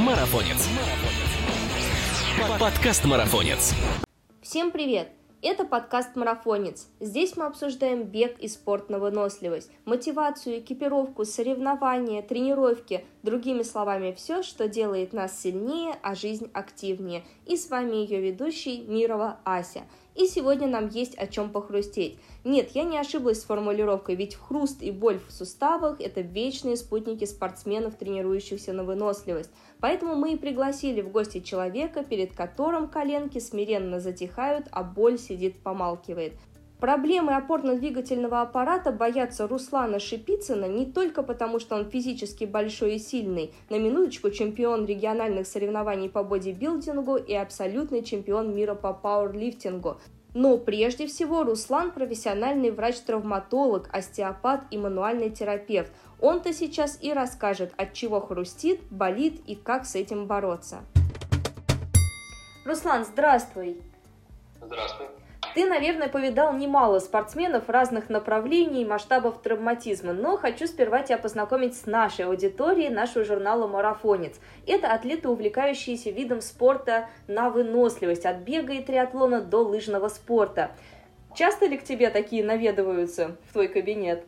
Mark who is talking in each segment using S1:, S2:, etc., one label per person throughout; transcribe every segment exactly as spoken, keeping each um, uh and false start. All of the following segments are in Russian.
S1: Марафонец. Подкаст «Марафонец».
S2: Всем привет! Это подкаст «Марафонец». Здесь мы обсуждаем бег и спорт на выносливость, мотивацию, экипировку, соревнования, тренировки, другими словами, все, что делает нас сильнее, а жизнь активнее. И с вами ее ведущий Мирова Ася. И сегодня нам есть о чем похрустеть. Нет, я не ошиблась с формулировкой, ведь хруст и боль в суставах – это вечные спутники спортсменов, тренирующихся на выносливость. Поэтому мы и пригласили в гости человека, перед которым коленки смиренно затихают, а боль сидит помалкивает. Проблемы опорно-двигательного аппарата боятся Руслана Шипицына не только потому, что он физически большой и сильный, на минуточку чемпион региональных соревнований по бодибилдингу и абсолютный чемпион мира по пауэрлифтингу. Но прежде всего Руслан – профессиональный врач-травматолог, остеопат и мануальный терапевт. Он-то сейчас и расскажет, от чего хрустит, болит и как с этим бороться. Руслан, здравствуй!
S3: Здравствуй!
S2: Ты, наверное, повидал немало спортсменов разных направлений и масштабов травматизма, но хочу сперва тебя познакомить с нашей аудиторией, нашего журнала «Марафонец». Это атлеты, увлекающиеся видом спорта на выносливость, от бега и триатлона до лыжного спорта. Часто ли к тебе такие наведываются в твой кабинет?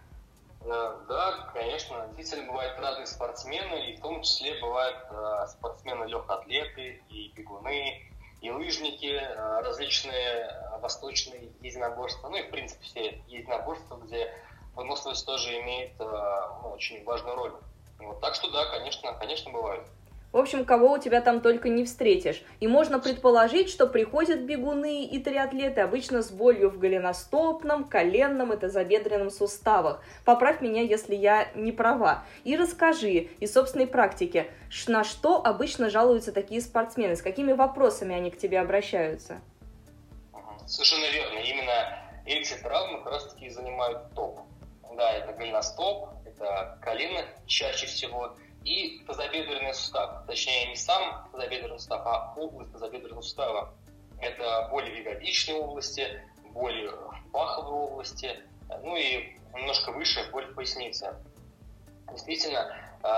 S3: Да, конечно. Действительно, бывают разные спортсмены, и в том числе бывают спортсмены-легкоатлеты и бегуны, и лыжники, различные восточные единоборства, ну и в принципе все единоборства, где выносливость тоже имеет ну, очень важную роль. Вот, так что да, конечно, конечно бывает.
S2: В общем, кого у тебя там только не встретишь. И можно предположить, что приходят бегуны и триатлеты обычно с болью в голеностопном, коленном и тазобедренном суставах. Поправь меня, если я не права. И расскажи из собственной практики, на что обычно жалуются такие спортсмены, с какими вопросами они к тебе обращаются?
S3: Совершенно верно. Именно эти травмы как раз таки занимают топ. Да, это голеностоп, это колено чаще всего, и тазобедренный сустав. Точнее, не сам тазобедренный сустав, а область тазобедренного сустава. Это боли в ягодичной области, боли в паховой области, ну и немножко выше боль в пояснице. Действительно,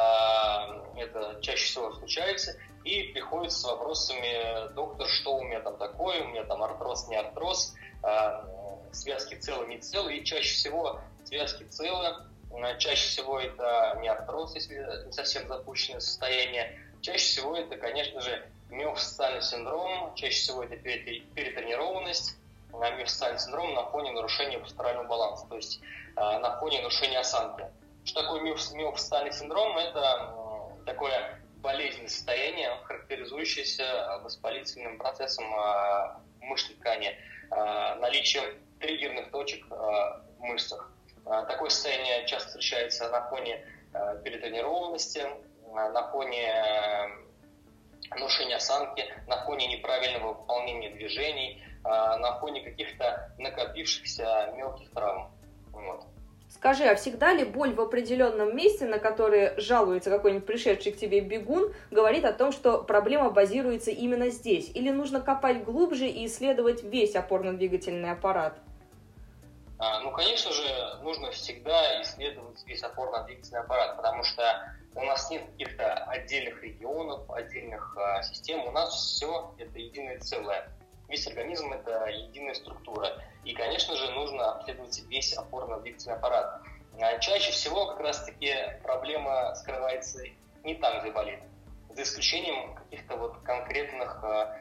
S3: это чаще всего случается, и приходят с вопросами: доктор, что у меня там такое, у меня там артроз, не артроз, связки целы, не целы, и чаще всего связки целы. Чаще всего это не артроз, если не совсем запущенное состояние. Чаще всего это, конечно же, миофасциальный синдром, чаще всего это перетренированность, миофасциальный синдром на фоне нарушения постерального баланса, то есть на фоне нарушения осанки. Что такое миофасциальный синдром? Это такое болезненное состояние, характеризующееся воспалительным процессом мышечной ткани, наличием триггерных точек в мышцах. Такое состояние часто встречается на фоне э, перетренированности, на фоне э, нарушения осанки, на фоне неправильного выполнения движений, э, на фоне каких-то накопившихся мелких травм. Вот.
S2: Скажи, а всегда ли боль в определенном месте, на которое жалуется какой-нибудь пришедший к тебе бегун, говорит о том, что проблема базируется именно здесь? Или нужно копать глубже и исследовать весь опорно-двигательный аппарат?
S3: Ну, конечно же, нужно всегда исследовать весь опорно-двигательный аппарат, потому что у нас нет каких-то отдельных регионов, отдельных а, систем. У нас все это единое целое. Весь организм – это единая структура. И, конечно же, нужно обследовать весь опорно-двигательный аппарат. А чаще всего как раз-таки проблема скрывается не там, где болит, за исключением каких-то вот конкретных,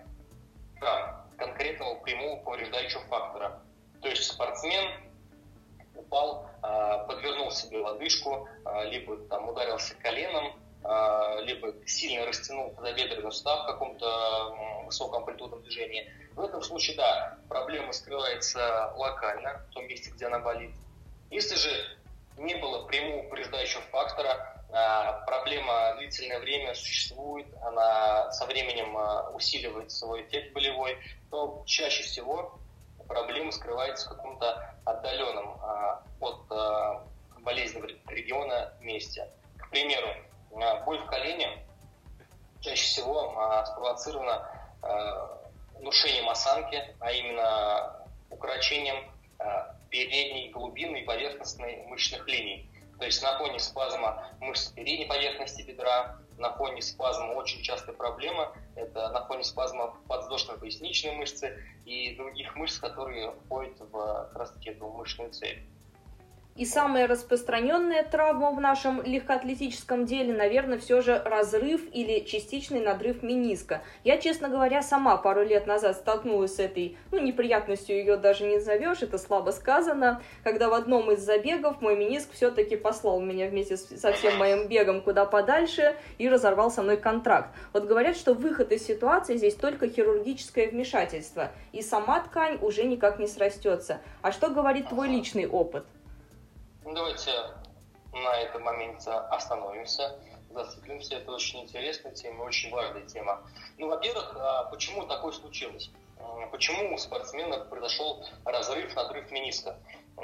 S3: да, конкретного прямого повреждающего фактора. То есть спортсмен упал, подвернул себе лодыжку, либо там ударился коленом, либо сильно растянул тазобедренный сустав в каком-то высоком амплитудном движении. В этом случае, да, проблема скрывается локально, в том месте, где она болит. Если же не было прямого повреждающего фактора, проблема длительное время существует, она со временем усиливает свой эффект болевой, то чаще всего проблема скрывается в каком-то отдаленном а, от а, болезненного региона месте. К примеру, а, боль в колене чаще всего а, спровоцирована а, нарушением осанки, а именно укорочением а, передней глубины и поверхностной мышечных линий. То есть на фоне спазма мышц передней поверхности бедра, на фоне спазма очень частая проблема. Это на фоне спазма подвздошно-поясничной мышцы и других мышц, которые входят в как раз таки эту мышечную цепь.
S2: И самая распространенная травма в нашем легкоатлетическом деле, наверное, все же разрыв или частичный надрыв мениска. Я, честно говоря, сама пару лет назад столкнулась с этой, ну, неприятностью ее даже не назовешь, это слабо сказано, когда в одном из забегов мой мениск все-таки послал меня вместе со всем моим бегом куда подальше и разорвал со мной контракт. Вот говорят, что выход из ситуации здесь только хирургическое вмешательство, и сама ткань уже никак не срастется. А что говорит твой личный опыт?
S3: Ну, давайте на этом моменте остановимся, зациклимся. Это очень интересная тема, очень важная тема. Ну, во-первых, почему такое случилось? Почему у спортсмена произошел разрыв, надрыв мениска?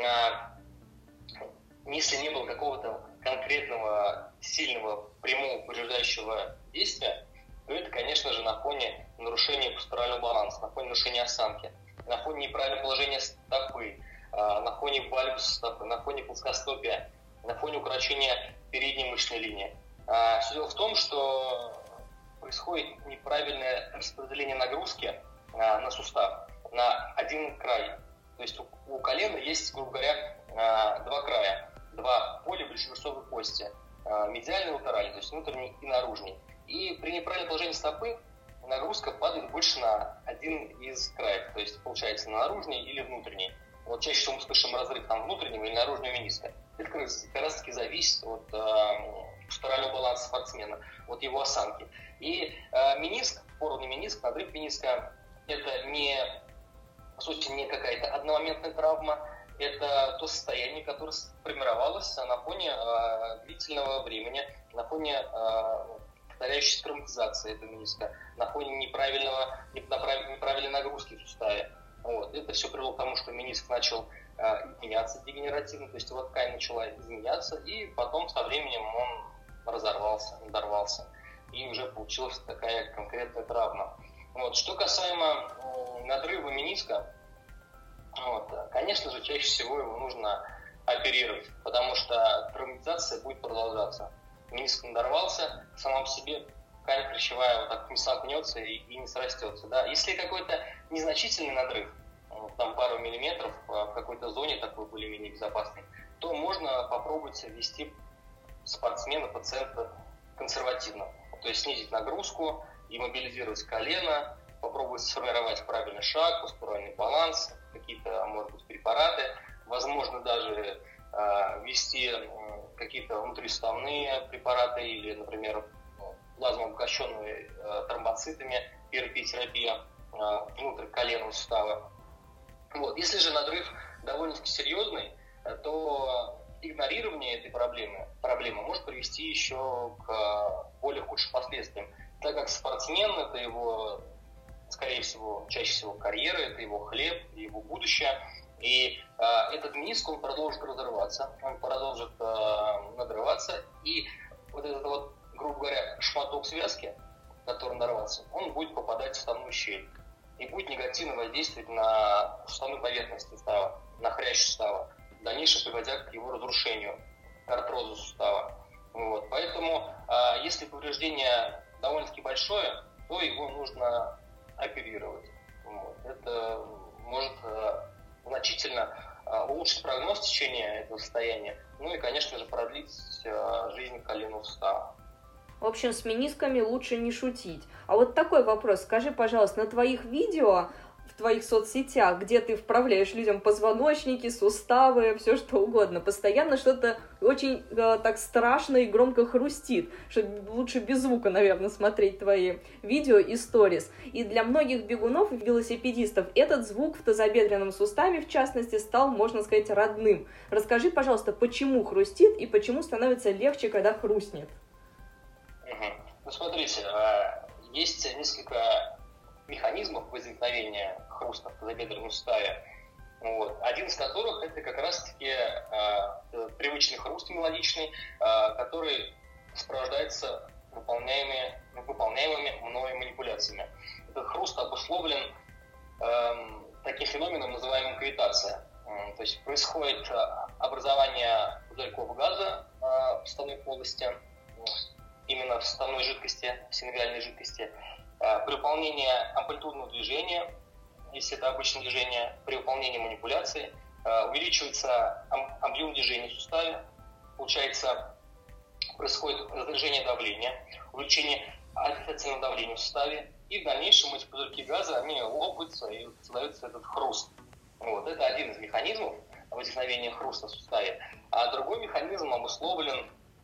S3: Если не было какого-то конкретного, сильного, прямого повреждающего действия, то это, конечно же, на фоне нарушения постурального баланса, на фоне нарушения осанки, на фоне неправильного положения стопы, на фоне вальгуса стопы, на фоне плоскостопия, на фоне укорочения передней мышечной линии. Все дело в том, что происходит неправильное распределение нагрузки на сустав, на один край. То есть у колена есть, грубо говоря, два края, два поля брюшно-берцовой кости, медиальный и латеральный, то есть внутренний и наружный. И при неправильном положении стопы нагрузка падает больше на один из краев, то есть получается на наружный или внутренний. Вот чаще всего мы слышим разрыв там внутреннего или наружного мениска. Это как раз, как раз таки зависит от э, постурального баланса спортсмена, от его осанки. И э, мениск, порванный мениск, надрыв мениска, это не, по сути, не какая-то одномоментная травма, это то состояние, которое сформировалось на фоне э, длительного времени, на фоне э, повторяющейся травматизации этого мениска, на фоне неправильного, неправильной нагрузки в суставе. Вот. Это все привело к тому, что мениск начал э, меняться дегенеративно, то есть его ткань начала изменяться, и потом со временем он разорвался, надорвался, и уже получилась такая конкретная травма. Вот. Что касаемо э, надрыва мениска, вот, конечно же, чаще всего его нужно оперировать, потому что травматизация будет продолжаться. Мениск надорвался, сама по себе ткань хрящевая вот так не сомкнется и, и не срастется. Да? Если какой-то незначительный надрыв, там пару миллиметров в какой-то зоне такой более-менее безопасной, то можно попробовать ввести спортсмена, пациента консервативно. То есть снизить нагрузку, иммобилизировать колено, попробовать сформировать правильный шаг, постуральный баланс, какие-то, может быть, препараты, возможно, даже э, ввести э, какие-то внутрисуставные препараты или, например, плазму, обогащенную э, тромбоцитами, пи эр пи-терапия э, внутрь коленного сустава. Вот. Если же надрыв довольно-таки серьезный, то игнорирование этой проблемы, проблемы может привести еще к более худшим последствиям, так как спортсмен – это его, скорее всего, чаще всего карьера, это его хлеб, его будущее, и э, этот мениск, он продолжит разрываться, он продолжит э, надрываться, и вот этот вот, грубо говоря, шматок связки, который нарвался, он будет попадать в суставную щель и будет негативно воздействовать на суставную поверхность сустава, на хрящ сустава, в дальнейшем приводя к его разрушению, к артрозу сустава. Вот. Поэтому, э, если повреждение довольно-таки большое, то его нужно оперировать. Вот. Это может э, значительно э, улучшить прогноз течения этого состояния, ну и, конечно же, продлить э, жизнь коленного сустава.
S2: В общем, с менисками лучше не шутить. А вот такой вопрос. Скажи, пожалуйста, на твоих видео в твоих соцсетях, где ты вправляешь людям позвоночники, суставы, все что угодно, постоянно что-то очень э, так страшно и громко хрустит, что лучше без звука, наверное, смотреть твои видео и сторис. И для многих бегунов и велосипедистов этот звук в тазобедренном суставе, в частности, стал, можно сказать, родным. Расскажи, пожалуйста, почему хрустит и почему становится легче, когда хрустнет?
S3: Угу. Ну, смотрите, есть несколько механизмов возникновения хруста в тазобедренном суставе. Вот. Один из которых это как раз-таки э, привычный хруст мелодичный, э, который сопровождается выполняемыми, выполняемыми мной манипуляциями. Этот хруст обусловлен э, таким феноменом, называемым кавитация. Э, то есть происходит образование пузырьков газа э, в суставной полости, именно в суставной жидкости, синовиальной жидкости. При выполнении амплитудного движения, если это обычное движение, при выполнении манипуляции, увеличивается объем движения в суставе, получается, происходит разрежение давления, увеличение антификсационного давления в суставе, и в дальнейшем эти пузырьки газа, они лопаются и создается этот хруст. Вот. Это один из механизмов возникновения хруста в суставе. А другой механизм обусловлен,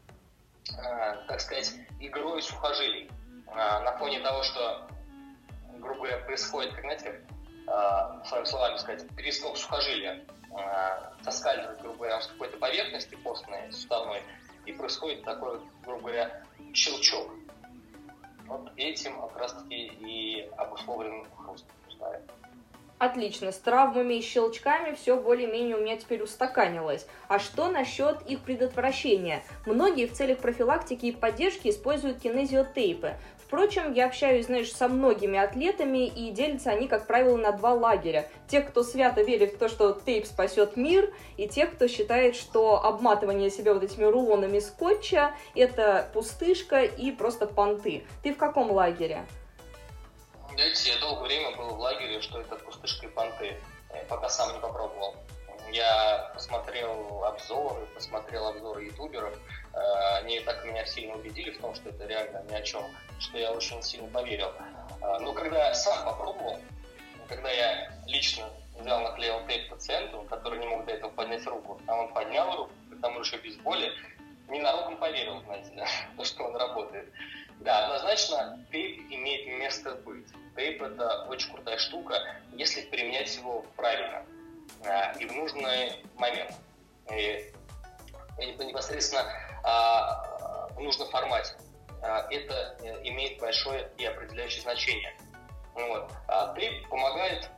S3: э, так сказать, игрой сухожилий. Э, на фоне того, что, грубо говоря, происходит, как, знаете, э, своими словами сказать, перескок сухожилия, э, соскальзывает, грубо говоря, с какой-то поверхности костной, суставной, и происходит такой, грубо говоря, щелчок. Вот этим как раз-таки и обусловлен хруст в суставе.
S2: Отлично, с травмами и щелчками все более-менее у меня теперь устаканилось. А что насчет их предотвращения? Многие в целях профилактики и поддержки используют кинезиотейпы. Впрочем, я общаюсь, знаешь, со многими атлетами, и делятся они, как правило, на два лагеря. Те, кто свято верит в то, что тейп спасет мир, и те, кто считает, что обматывание себя вот этими рулонами скотча – это пустышка и просто понты. Ты в каком лагере?
S3: Знаете, я долгое время был в лагере, что это пустышка и понты, пока сам не попробовал. Я посмотрел обзоры, посмотрел обзоры ютуберов, они так меня сильно убедили в том, что это реально ни о чем, что я очень сильно поверил. Но когда я сам попробовал, когда я лично взял, наклеил тейп пациенту, который не мог до этого поднять руку, а он поднял руку, к тому же без боли, ненароком поверил, знаете, то, что он работает. Да, однозначно тейп имеет место быть. Тейп – это очень крутая штука, если применять его правильно э, и в нужный момент. И, и непосредственно э, в нужном формате. Э, это имеет большое и определяющее значение. Вот. А тейп помогает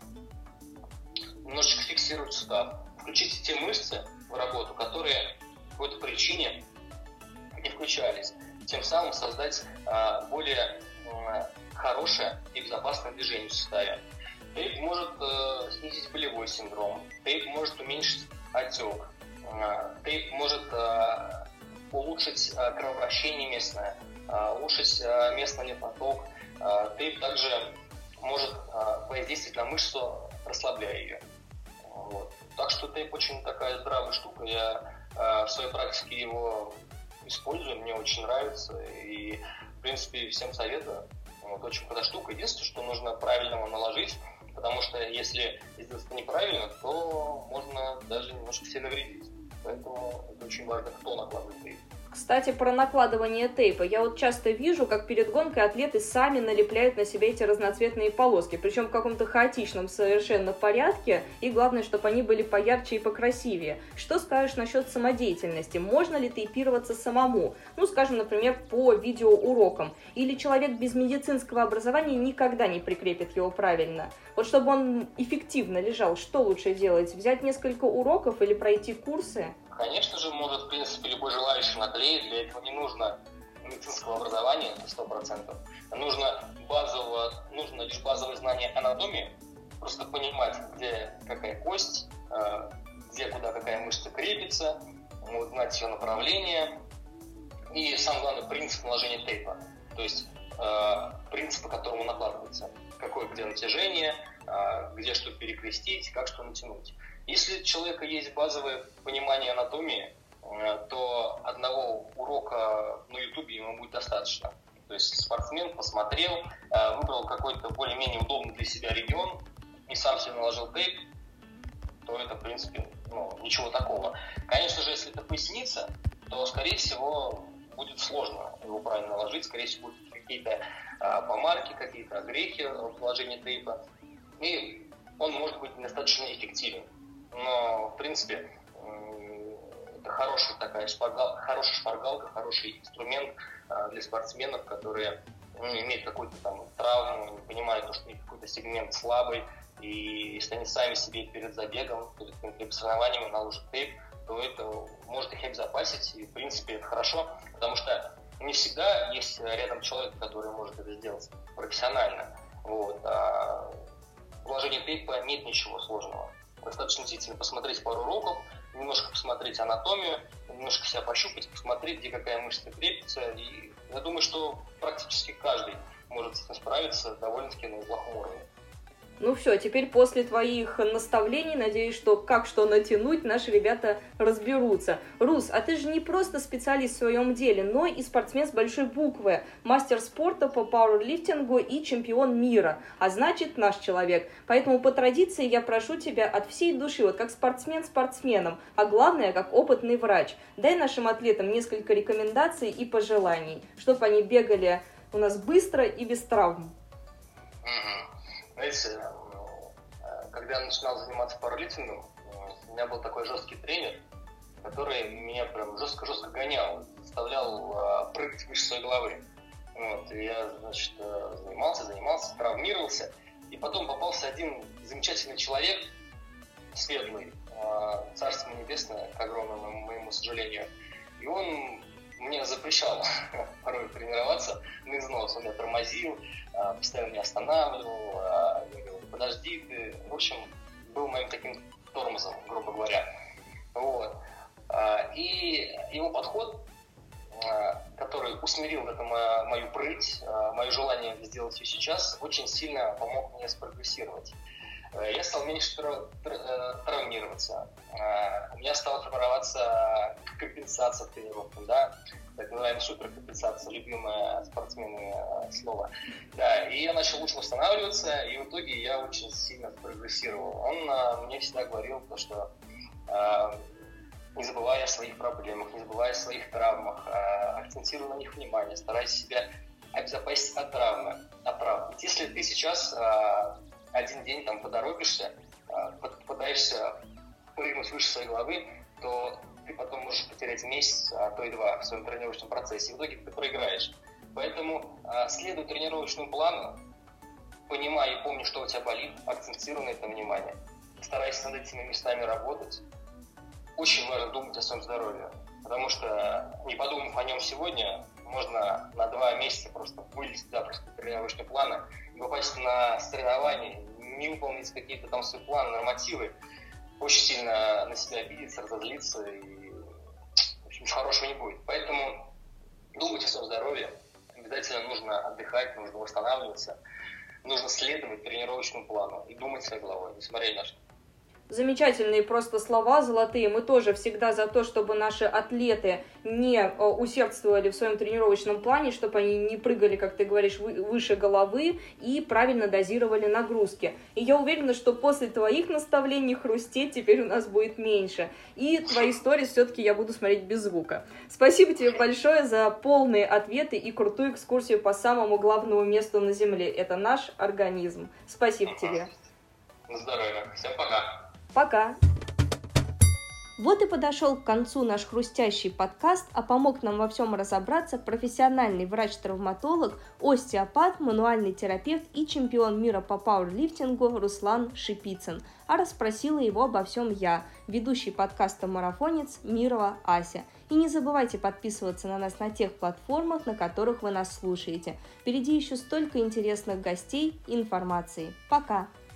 S3: немножечко фиксировать сустав, включить те мышцы в работу, которые по какой-то причине не включались. Тем самым создать э, более э, хорошее и безопасное движение в суставе. Тейп может э, снизить болевой синдром, тейп может уменьшить отек, э, тейп может э, улучшить э, кровообращение местное, э, улучшить э, местный лимфоток. Э, тейп также может э, воздействовать на мышцу, расслабляя ее. Вот. Так что тейп очень такая здравая штука. Я э, в своей практике его использую, мне очень нравится, и, в принципе, всем советую. Вот, очень крутая штука. Единственное, что нужно правильно его наложить, потому что если сделать это неправильно, то можно даже немножко себе навредить. Поэтому это очень важно, кто накладывает тейп.
S2: Кстати, про накладывание тейпа. Я вот часто вижу, как перед гонкой атлеты сами налепляют на себя эти разноцветные полоски, причем в каком-то хаотичном совершенно порядке, и главное, чтобы они были поярче и покрасивее. Что скажешь насчет самодеятельности? Можно ли тейпироваться самому? Ну, скажем, например, по видеоурокам. Или человек без медицинского образования никогда не прикрепит его правильно? Вот чтобы он эффективно лежал, что лучше делать? Взять несколько уроков или пройти курсы?
S3: Конечно же, может, в принципе, любой желающий наклеить. Для этого не нужно медицинского образования, сто процентов. Нужно, базово, нужно лишь базовое знание анатомии, просто понимать, где какая кость, где куда какая мышца крепится, вот, знать ее направление. И, самое главное, принцип наложения тейпа. То есть, принцип, по которому накладывается. Какое где натяжение, где что перекрестить, как что натянуть. Если у человека есть базовое понимание анатомии, то одного урока на ютубе ему будет достаточно. То есть спортсмен посмотрел, выбрал какой-то более-менее удобный для себя регион и сам себе наложил тейп, то это, в принципе, ну, ничего такого. Конечно же, если это поясница, то, скорее всего, будет сложно его правильно наложить. Скорее всего, будут какие-то а, помарки, какие-то огрехи в наложении тейпа. И он может быть недостаточно эффективен. Но, в принципе, это хорошая такая шпаргалка, хорошая шпаргалка, хороший инструмент для спортсменов, которые ну, имеют какую-то там травму, не понимают, что у них какой-то сегмент слабый, и если они сами себе перед забегом, перед каким-то соревнованием наложат тейп, то это может их обезопасить, и, в принципе, это хорошо, потому что не всегда есть рядом человек, который может это сделать профессионально. Вот. А в наложении тейпа нет ничего сложного. Достаточно действительно посмотреть пару уроков, немножко посмотреть анатомию, немножко себя пощупать, посмотреть, где какая мышца крепится. И я думаю, что практически каждый может с этим справиться довольно-таки на неплохом уровне.
S2: Ну все, теперь после твоих наставлений, надеюсь, что как что натянуть, наши ребята разберутся. Рус, а ты же не просто специалист в своем деле, но и спортсмен с большой буквы, мастер спорта по пауэрлифтингу и чемпион мира, а значит наш человек. Поэтому по традиции я прошу тебя от всей души, вот как спортсмен спортсменом, а главное, как опытный врач, дай нашим атлетам несколько рекомендаций и пожеланий, чтобы они бегали у нас быстро и без травм.
S3: Знаете, когда я начинал заниматься пауэрлифтингом, у меня был такой жесткий тренер, который меня прям жестко-жестко гонял, заставлял прыгать выше своей головы. Вот, и я, значит, занимался, занимался, травмировался, и потом попался один замечательный человек, светлый, царство небесное, к огромному моему сожалению, и он мне запрещал порой тренироваться на износ, он меня тормозил, постоянно меня останавливал, говорил, подожди ты, в общем, был моим таким тормозом, грубо говоря. Вот. И его подход, который усмирил это мою прыть, мое желание сделать все сейчас, очень сильно помог мне спрогрессировать. Я стал меньше травмироваться, у меня стала формироваться компенсация к тренировкам, да, так называемая суперкомпенсация, любимое спортсмены слово. Да, и я начал лучше восстанавливаться, и в итоге я очень сильно прогрессировал. Он мне всегда говорил, что не забывай о своих проблемах, не забывай о своих травмах, акцентируй на них внимание, старайся себя обезопасить от травмы. От травм. Если ты сейчас один день там подоробишься, пытаешься прыгнуть выше своей головы, то ты потом можешь потерять месяц, а то и два в своем тренировочном процессе. И в итоге ты проиграешь. Поэтому следуй тренировочному плану, понимай и помни, что у тебя болит, акцентируй на этом внимание. Старайся над этими местами работать. Очень важно думать о своем здоровье, потому что, не подумав о нем сегодня, можно на два месяца просто вылезть запросто из тренировочного плана и попасть на соревнования, не выполнить какие-то там свои планы, нормативы, очень сильно на себя обидеться, разозлиться, и в общем, ничего хорошего не будет. Поэтому думать о своем здоровье, обязательно нужно отдыхать, нужно восстанавливаться, нужно следовать тренировочному плану и думать своей головой, несмотря ни на что.
S2: Замечательные просто слова, золотые. Мы тоже всегда за то, чтобы наши атлеты не усердствовали в своем тренировочном плане, чтобы они не прыгали, как ты говоришь, выше головы и правильно дозировали нагрузки. И я уверена, что после твоих наставлений хрустеть теперь у нас будет меньше. И твои истории все-таки я буду смотреть без звука. Спасибо тебе большое за полные ответы и крутую экскурсию по самому главному месту на Земле. Это наш организм. Спасибо тебе.
S3: На здоровье. Всем пока.
S2: Пока! Вот и подошел к концу наш хрустящий подкаст, а помог нам во всем разобраться профессиональный врач-травматолог, остеопат, мануальный терапевт и чемпион мира по пауэрлифтингу Руслан Шипицын. А расспросила его обо всем я, ведущий подкаста «Марафонец» Мирова Ася. И не забывайте подписываться на нас на тех платформах, на которых вы нас слушаете. Впереди еще столько интересных гостей и информации. Пока!